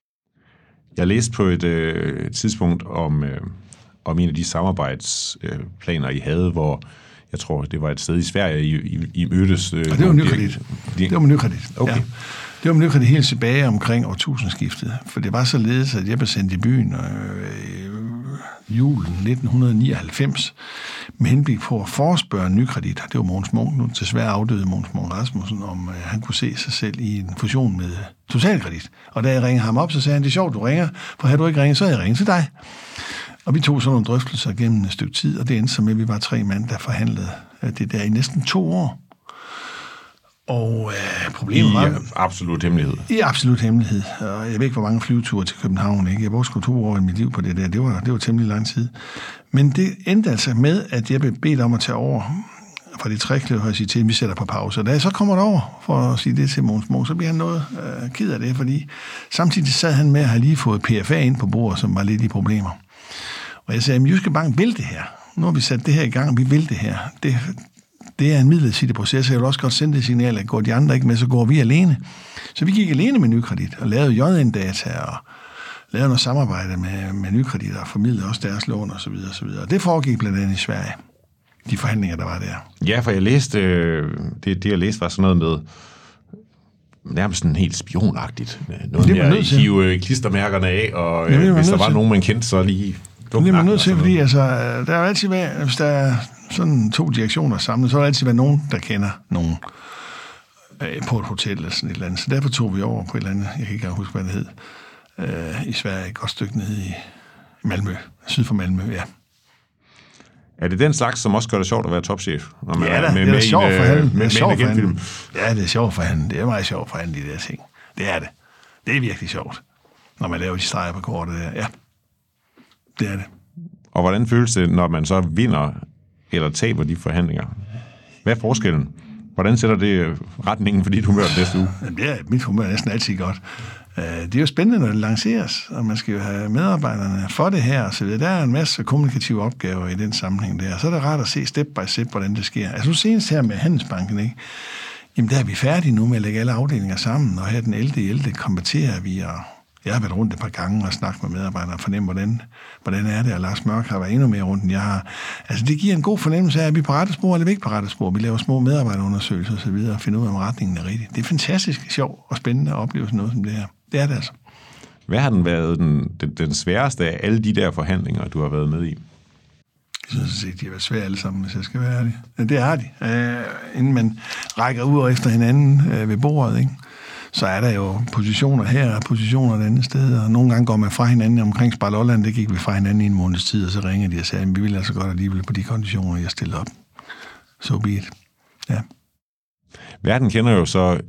Speaker 1: Jeg læste på et tidspunkt om en af de samarbejdsplaner, I havde, hvor jeg tror, det var et sted i Sverige, I mødtes.
Speaker 2: Og det var Nykredit. Det var Nykredit.
Speaker 1: Okay. Ja.
Speaker 2: Det var Nykredit helt tilbage omkring årtusindskiftet, for det var således, at jeg blev sendt i byen julen 1999 med henblik på at forespørge Nykredit, det var Mogens Munk, nu desværre afdøde Mogens Munk Rasmussen, om han kunne se sig selv i en fusion med Totalkredit. Og da jeg ringede ham op, så sagde han, det er sjovt, du ringer, for havde du ikke ringet, så havde jeg ringet til dig. Og vi tog sådan nogle drøftelser gennem et stykke tid, og det endte så med, at vi var 3 mand, der forhandlede det der i næsten 2 år. Og problemet var...
Speaker 1: I absolut hemmelighed.
Speaker 2: I absolut hemmelighed. Og jeg ved ikke, hvor mange flyveture til København, ikke? Jeg brugte sgu 2 år i mit liv på det der. Det var temmelig lang tid. Men det endte altså med, at jeg blev bedt om at tage over fra de trækløver og sige til, at vi sætter på pause. Og da jeg så kommer derover for at sige det til Mogens Moe, så bliver han noget ked af det, fordi samtidig sad han med at have lige fået PFA ind på bordet, som var lidt i problemer. Og jeg sagde, at Jyske Bank vil det her. Nu har vi sat det her i gang, og vi vil det her. Det er en midlertidig proces, og jeg vil også godt sende det signal, at går de andre ikke med, så går vi alene. Så vi gik alene med Nykredit og lavede JN-data og lavede noget samarbejde med Nykredit og formidlede også deres lån osv. Og det foregik blandt andet i Sverige, de forhandlinger, der var der.
Speaker 1: Ja, for jeg læste, det jeg læste var sådan noget med nærmest sådan helt spionagtigt. Noget med at hive klistermærkerne af, og hvis der var nogen, man kendte, så lige...
Speaker 2: Det er man nødt til, fordi altså, der er jo altid været, hvis der er sådan 2 direktioner samlet, så er der altid været nogen, der kender nogen på et hotel eller sådan et eller andet. Så derfor tog vi over på et eller andet, jeg kan ikke engang huske, hvad det hed, i Sverige, et godt stykke nede i Malmø, syd for Malmø, ja.
Speaker 1: Er det den slags, som også gør det sjovt at være topchef?
Speaker 2: Ja, det er sjovt for han. Det er sjovt for han. Ja, det er sjovt for han. Det er meget sjovt for han, de der ting. Det er det. Det er virkelig sjovt, når man laver de streger på kortet der. Ja, det er det.
Speaker 1: Og hvordan føles det, når man så vinder eller taber de forhandlinger? Hvad er forskellen? Hvordan sætter det retningen for dit humør næste uge?
Speaker 2: Ja, mit humør er næsten altid godt. Det er jo spændende, når det lanceres, og man skal jo have medarbejderne for det her, så der er en masse kommunikative opgaver i den sammenhæng der. Så er det rart at se step by step, hvordan det sker. Altså nu senest her med Handelsbanken, ikke? Jamen der er vi færdige nu med at lægge alle afdelinger sammen, og her den 11. konverterer vi, og jeg har været rundt et par gange og snakket med medarbejdere og fornemme, hvordan er det, og Lars Mørk har været endnu mere rundt, end jeg har. Altså det giver en god fornemmelse af, at vi er på rette spor eller vi ikke på rette spor. Vi laver små medarbejderundersøgelser og så videre, og finder ud af, om retningen er rigtig. Det er fantastisk sjovt og spændende at opleve sådan noget som det her. Det er det altså.
Speaker 1: Hvad har den været den sværeste af alle de der forhandlinger, du har været med i?
Speaker 2: Jeg synes at de har været svære alle sammen, hvis jeg skal være ærlig. Ja, det er de. Inden man rækker ud efter hinanden ved bordet, ikke? Så er der jo positioner her og positioner et andet sted, og nogle gange går man fra hinanden omkring Spar-Lolland, det gik vi fra hinanden i en måneds tid, og så ringer de og siger, at vi vil altså godt alligevel på de konditioner, jeg stiller op. So be it. Ja.
Speaker 1: Verden kender jo så,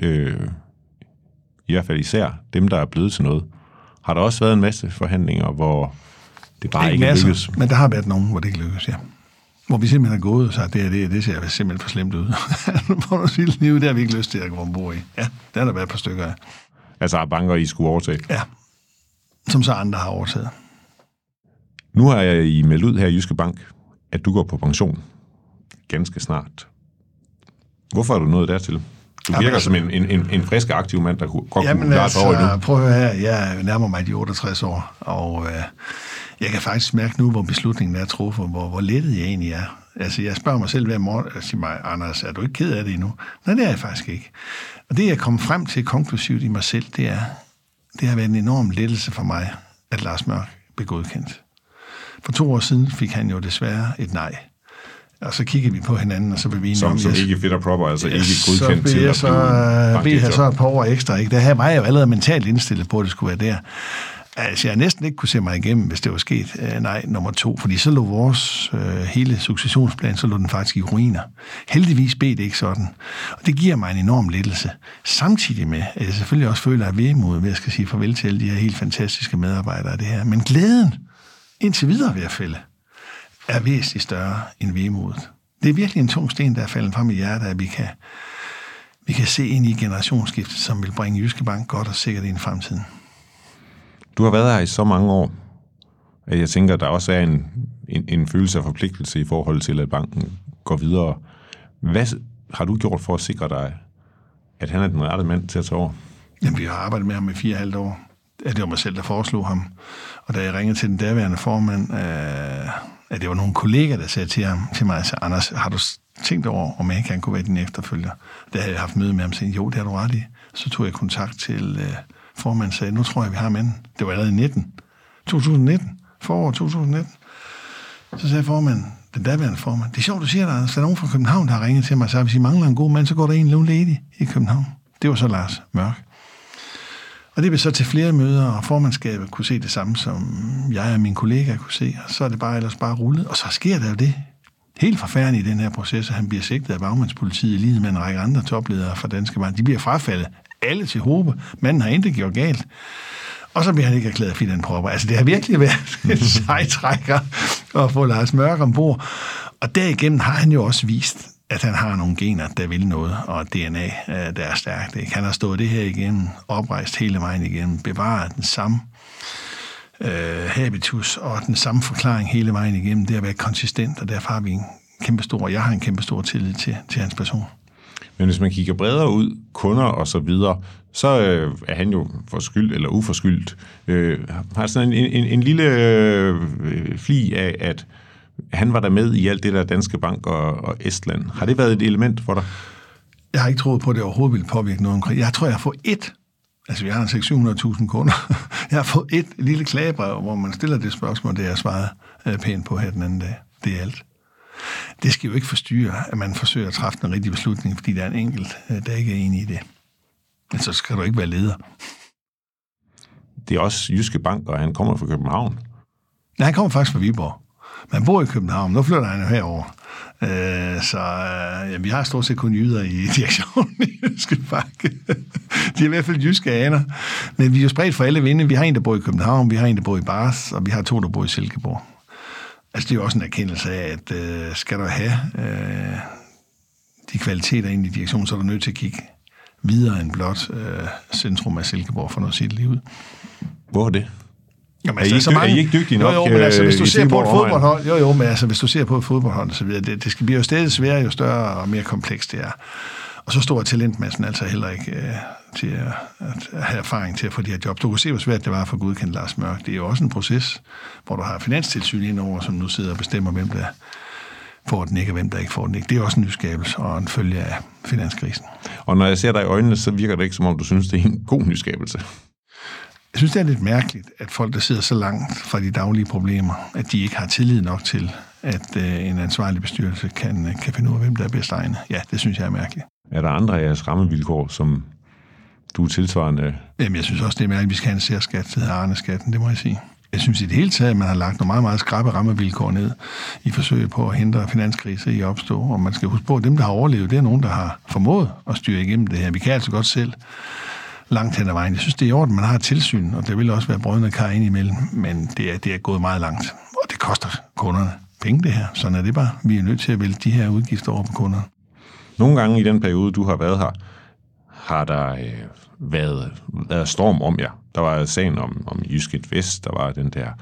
Speaker 1: i hvert fald især dem, der er blevet til noget. Har der også været en masse forhandlinger, hvor det bare ikke lykkes?
Speaker 2: Men der har været nogen, hvor det ikke lykkes, ja. Hvor vi simpelthen er gået, så det ser simpelthen for slemt ud. Hvor du siger, livet, der har vi ikke lyst til at gå ombord i. Ja, der har der været et par stykker af.
Speaker 1: Altså banker, I skulle overtage?
Speaker 2: Ja, som så andre har overtaget.
Speaker 1: Nu har I meldt ud her i Jyske Bank, at du går på pension ganske snart. Hvorfor er du nået dertil? Du virker som en frisk aktiv mand, der godt kunne klare et år endnu.
Speaker 2: Prøv at høre her, jeg nærmer mig de 68 år, og jeg kan faktisk mærke nu, hvor beslutningen er truffet, hvor lettet jeg egentlig er. Altså, jeg spørger mig selv hver morgen, og siger mig, Anders, er du ikke ked af det endnu? Nej, det er jeg faktisk ikke. Og det, jeg kom frem til konklusivt i mig selv, det har været en enorm lettelse for mig, at Lars Mørk blev godkendt. For 2 år siden fik han jo desværre et nej. Og så kiggede vi på hinanden, og så blev vi enige om...
Speaker 1: Som ikke fit og proper, altså ikke godkendt til at
Speaker 2: blive bankdirektør. Så et par år ekstra, ikke? Der var jeg jo allerede mentalt indstillet på, at det skulle være der. Altså, jeg næsten ikke kunne se mig igennem, hvis det var sket nej nummer 2, fordi så lå vores hele successionsplan, så lå den faktisk i ruiner. Heldigvis blev det ikke sådan. Og det giver mig en enorm lettelse. Samtidig med, at jeg selvfølgelig også føler, at vemod ved at skal sige farvel til alle de her helt fantastiske medarbejdere af det her. Men glæden, indtil videre ved at fælde, er væsentligt større end vemodet. Det er virkelig en tung sten, der er faldet frem i hjertet, at vi kan se ind i generationsskiftet, som vil bringe Jyske Bank godt og sikkert ind i fremtiden.
Speaker 1: Du har været her i så mange år, at jeg tænker, at der også er en følelse af forpligtelse i forhold til, at banken går videre. Hvad har du gjort for at sikre dig, at han er den rette mand til at tage over?
Speaker 2: Jamen, vi har arbejdet med ham i 4,5 år. Det var mig selv, der foreslog ham. Og da jeg ringede til den daværende formand, at det var nogle kolleger, der sagde til mig, så, Anders, har du tænkt over, om jeg kan kunne være din efterfølger? Der havde jeg haft møde med ham og sagde, jo, det har du ret i. Så tog jeg kontakt til formanden og sagde, nu tror jeg, vi har manden. Det var allerede i 2019. Forår 2019. Så sagde formanden, den daværende formand, det er sjovt, du siger, der er nogen fra København, der har ringet til mig og sagt, hvis I mangler en god mand, så går der en ledig i København. Det var så Lars Mørk. Og det blev så til flere møder, og formandskabet kunne se det samme, som jeg og mine kollegaer kunne se, og så er det ellers bare rullet. Og så sker der jo det helt forfærdeligt i den her proces, at han bliver sigtet af bagmandspolitiet i lighed med en række andre topledere fra Danske Bank. De bliver frafaldet alle til hobe. Manden har intet gjort galt. Og så bliver han ikke erklæret filantroper. Altså, det har virkelig været en sejtrækker at få Lars Mørk ombord. Og derigennem har han jo også vist, at han har nogle gener, der vil noget, og DNA, der er stærkt. Ikke? Han har stået det her igennem, oprejst hele vejen igennem, bevaret den samme habitus og den samme forklaring hele vejen igennem. Det har været konsistent, og derfor har vi jeg har en kæmpe stor tillid til hans person.
Speaker 1: Men hvis man kigger bredere ud, kunder og så videre, så er han jo forskyldt eller uforskyldt. Har sådan en lille fli af, at han var der med i alt det der Danske Bank og Estland. Har det været et element for dig?
Speaker 2: Jeg har ikke troet på, at det overhovedet ville påvirke noget omkring. Jeg tror, jeg har fået vi har 600.000 kunder. Jeg har fået et lille klagebrev, hvor man stiller det spørgsmål, det jeg svarede pænt på her den anden dag. Det er alt. Det skal jo ikke forstyrre, at man forsøger at træffe den rigtige beslutning, fordi der er en enkelt, der ikke er enig i det. Men så skal du ikke være leder.
Speaker 1: Det er også Jyske Bank, og han kommer fra København.
Speaker 2: Nej, han kommer faktisk fra Viborg. Man bor i København. Nu flytter han jo herover. Vi har stort set kun jyder i direktionen i Jyske Bank. De er i hvert fald jyske aner. Men vi er jo spredt for alle vinde. Vi har en, der bor i København, vi har en, der bor i Bars, og vi har 2, der bor i Silkeborg. Altså, det er jo også en erkendelse af, at skal du have de kvaliteter ind i direktionen, så er du nødt til at kigge videre end blot centrum af Silkeborg for noget sit liv ud.
Speaker 1: Hvor er det?
Speaker 2: Jamen,
Speaker 1: er I ikke dygtige nok?
Speaker 2: Jo, men altså, hvis du ser på et fodboldhold, men altså, hvis du ser på et fodboldhold, så videre, det skal blive jo stadig sværere, jo større og mere komplekst det er. Og så stor talentmassen altså heller ikke til at have erfaring til at få de her job. Du kan se, hvor svært det var at få godkendt Lars Mørk. Det er jo også en proces, hvor du har Finanstilsyn indover, som nu sidder og bestemmer, hvem der får den ikke, og hvem der ikke får den ikke. Det er også en nyskabelse og en følge af finanskrisen.
Speaker 1: Og når jeg ser dig i øjnene, så virker det ikke, som om du synes, det er en god nyskabelse.
Speaker 2: Jeg synes, det er lidt mærkeligt, at folk, der sidder så langt fra de daglige problemer, at de ikke har tillid nok til, at en ansvarlig bestyrelse kan finde ud af, hvem der er bedst egnet. Ja, det synes jeg er mærkeligt.
Speaker 1: Er der andre af jeres rammevilkår, som du er tilsvarende?
Speaker 2: Jamen, jeg synes også, det er mærkeligt, at vi skal have en særskat, det hedder Arne-skatten, det må jeg sige. Jeg synes i det hele taget, at man har lagt nogle meget, meget skrappe rammevilkår ned i forsøget på at hindre finanskrise i at opstå. Og man skal huske på, at dem, der har overlevet, det er nogen, der har formået at styre igennem det her. Vi kan altså godt selv langt hen ad vejen. Jeg synes, det er i orden, man har et tilsyn, og der vil også være brødende kar ind imellem, men det er gået meget langt, og det koster kunderne penge, det her. Sådan er det bare. Vi er nødt til at vælge de her udgifter over på kunderne.
Speaker 1: Nogle gange i den periode, du har været her, har der været storm om jer. Der var sagen om Jysk Invest, der var den der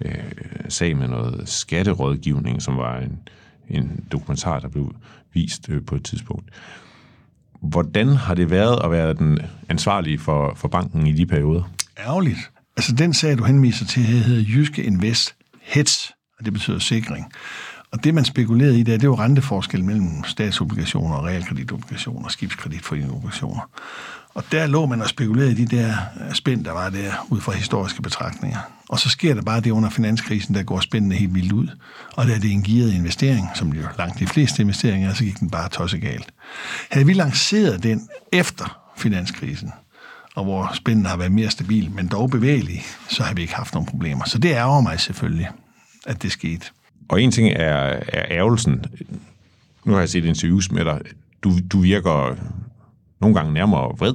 Speaker 1: sag med noget skatterådgivning, som var en dokumentar, der blev vist på et tidspunkt. Hvordan har det været at være den ansvarlige for banken i de perioder?
Speaker 2: Ærgerligt. Altså den sag, du henviser til her, hedder Jyske Invest Hedge, og det betyder sikring. Og det, man spekulerede i der, det var renteforskel mellem statsobligationer og realkreditobligationer og skibskreditforeningsobligationer. Og der lå man og spekulerede i de der spænd, der var der, ud fra historiske betragtninger. Og så sker der bare det under finanskrisen, der går spændende helt vildt ud. Og da det er en gearet investering, som jo langt de fleste investeringer, så gik den bare tossegalt. Havde vi lanceret den efter finanskrisen, og hvor spændene har været mere stabil, men dog bevægelig, så har vi ikke haft nogen problemer. Så det ærger mig selvfølgelig, at det skete.
Speaker 1: Og en ting er ærgelsen. Nu har jeg set interviews med dig. Du virker nogle gange nærmere vred.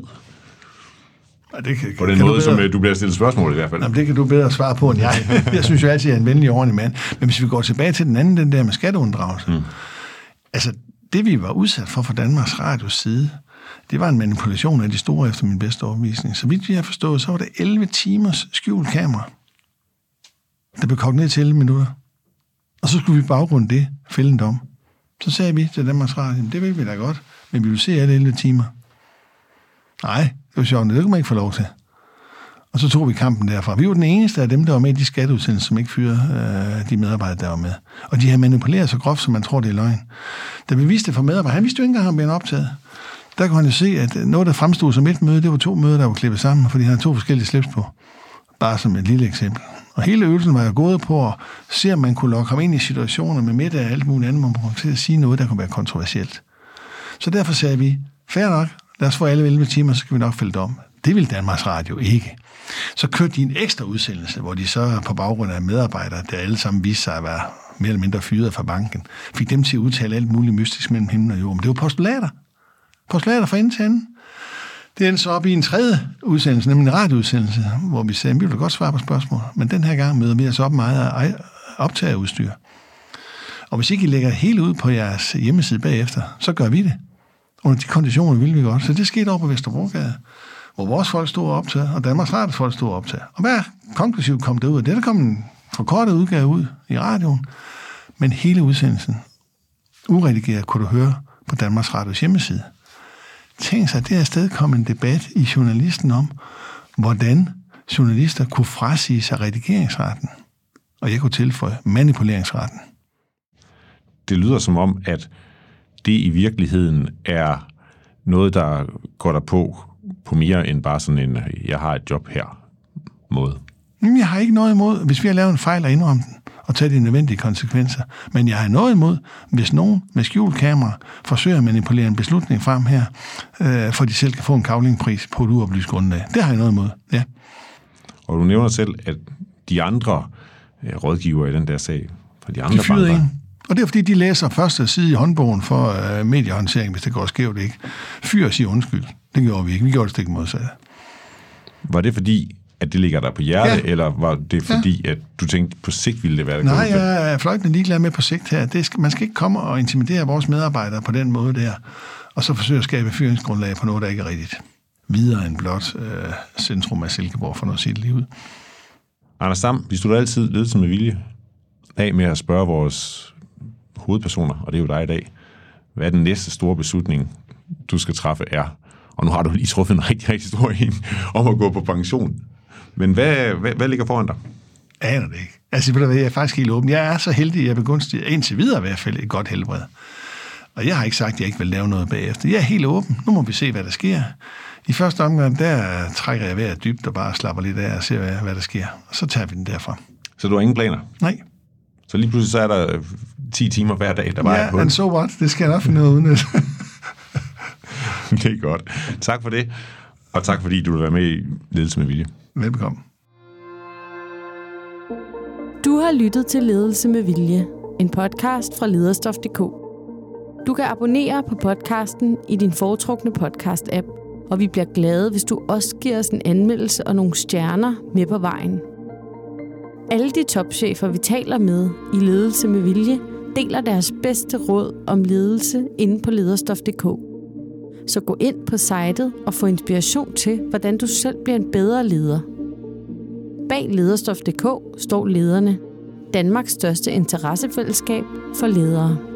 Speaker 2: Ja, det kan
Speaker 1: på den måde, som du bliver stillet spørgsmål i hvert fald.
Speaker 2: Jamen, det kan du bedre svare på end jeg. Jeg synes jo altid, at jeg er en venlig og ordentlig mand. Men hvis vi går tilbage til den anden, den der med skatteunddragelse. Altså, det vi var udsat for fra Danmarks Radios side, det var en manipulation af de store efter min bedste overbevisning. Så vidt vi har forstået, så var det 11 timers skjult kamera, der blev kogt ned til 11 minutter. Og så skulle vi bagrunde det, fælde en dom. Så sagde vi til Danmarks Radio, det vil vi da godt, men vi vil se alle 11 timer. Nej, det var sjovt, det kunne man ikke få lov til. Og så tog vi kampen derfra. Vi var den eneste af dem, der var med i de skatteudsendelser, som ikke fyrede de medarbejdere, der var med. Og de har manipuleret så groft, som man tror, det er løgn. Da vi viste det for medarbejdere, han vidste jo ikke engang, at han blev optaget. Der kunne han jo se, at noget, der fremstod som et møde, det var 2 møder, der var klippet sammen, fordi han havde 2 forskellige slips på. Bare som et lille eksempel. Og hele øvelsen var jo gået på at se, om man kunne lokke ham ind i situationer med middag og alt muligt andet, man kunne til at sige noget, der kunne være kontroversielt. Så derfor sagde vi, fair nok, lad os få alle 11 timer, så skal vi nok fælde dom. Det ville Danmarks Radio ikke. Så kørte de en ekstra udsendelse, hvor de så på baggrund af medarbejdere, der alle sammen viste sig at være mere eller mindre fyret fra banken, fik dem til at udtale alt muligt mystisk mellem himmel og jord. Men det var postulater. Postulater fra ende til anden. Det endte så op i en tredje udsendelse, nemlig en radioudsendelse, hvor vi sagde, at vi vil godt svare på spørgsmål, men den her gang møder vi os op meget af optagerudstyr. Og hvis ikke I lægger hele ud på jeres hjemmeside bagefter, så gør vi det. Under de konditioner vil vi godt. Så det skete over på Vesterbrogade, hvor vores folk stod og optager, og Danmarks Radios folk stod og optager. Og hvad konklusivt kom derud? Det der kom en forkortet udgave ud i radioen, men hele udsendelsen, uredigeret, kunne du høre på Danmarks Radios hjemmeside. Tænk sig, at det afsted kom en debat i journalisten om, hvordan journalister kunne frasige sig redigeringsretten. Og jeg kunne tilføje manipuleringsretten.
Speaker 1: Det lyder som om, at det i virkeligheden er noget, der går der på mere end bare sådan en, jeg har et job her måde.
Speaker 2: Jeg har ikke noget imod, hvis vi har lavet en fejl og indrømme den, og tage de nødvendige konsekvenser. Men jeg har noget imod, hvis nogen med skjult kamera forsøger at manipulere en beslutning frem her, for de selv kan få en kavlingpris på et uoplyst grundlag. Det har jeg noget imod, ja.
Speaker 1: Og du nævner selv, at de andre rådgivere i den der sag, for de andre
Speaker 2: fyrede en. Og det er fordi, de læser første side i håndbogen for mediehåndtering, hvis det går skævt, ikke? Fyr og siger undskyld. Det gjorde vi ikke. Vi gjorde det stik modsatte.
Speaker 1: Var det fordi, at det ligger der på hjertet, eller var det fordi, at du tænkte, på sigt ville det være det?
Speaker 2: Nej, jeg er fløjtende ligeglad med på sigt her. Man skal ikke komme og intimidere vores medarbejdere på den måde der, og så forsøge at skabe fyringsgrundlag på noget, der ikke er rigtigt. Videre end blot centrum af Silkeborg for noget sit liv.
Speaker 1: Anders Dam, vi slutter altid ledelse med vilje af med at spørge vores hovedpersoner, og det er jo dig i dag, hvad den næste store beslutning, du skal træffe, er. Og nu har du lige truffet en rigtig, rigtig stor en om at gå på pension. Men hvad ligger foran dig?
Speaker 2: Aner det ikke. Altså, jeg er faktisk helt åben. Jeg er så heldig, at jeg begunstiger indtil videre i hvert fald et godt helbred. Og jeg har ikke sagt, at jeg ikke vil lave noget bagefter. Jeg er helt åben. Nu må vi se, hvad der sker. I første omgang, der trækker jeg vejret dybt og bare slapper lidt af og ser, hvad der sker. Og så tager vi den derfra.
Speaker 1: Så du har ingen planer?
Speaker 2: Nej.
Speaker 1: Så lige pludselig så er der 10 timer hver dag, der bare er på.
Speaker 2: Ja, and so what? Det skal jeg nok finde noget uden det.
Speaker 1: Det er godt. Tak for det, og tak fordi du vil være med i Ledelse med Vilje.
Speaker 2: Velbekomme.
Speaker 3: Du har lyttet til Ledelse med Vilje, en podcast fra Lederstof.dk. Du kan abonnere på podcasten i din foretrukne podcast-app, og vi bliver glade, hvis du også giver os en anmeldelse og nogle stjerner med på vejen. Alle de topchefer, vi taler med i Ledelse med Vilje, deler deres bedste råd om ledelse inde på Lederstof.dk. Så gå ind på sitet og få inspiration til, hvordan du selv bliver en bedre leder. Bag Lederstof.dk står Lederne, Danmarks største interessefællesskab for ledere.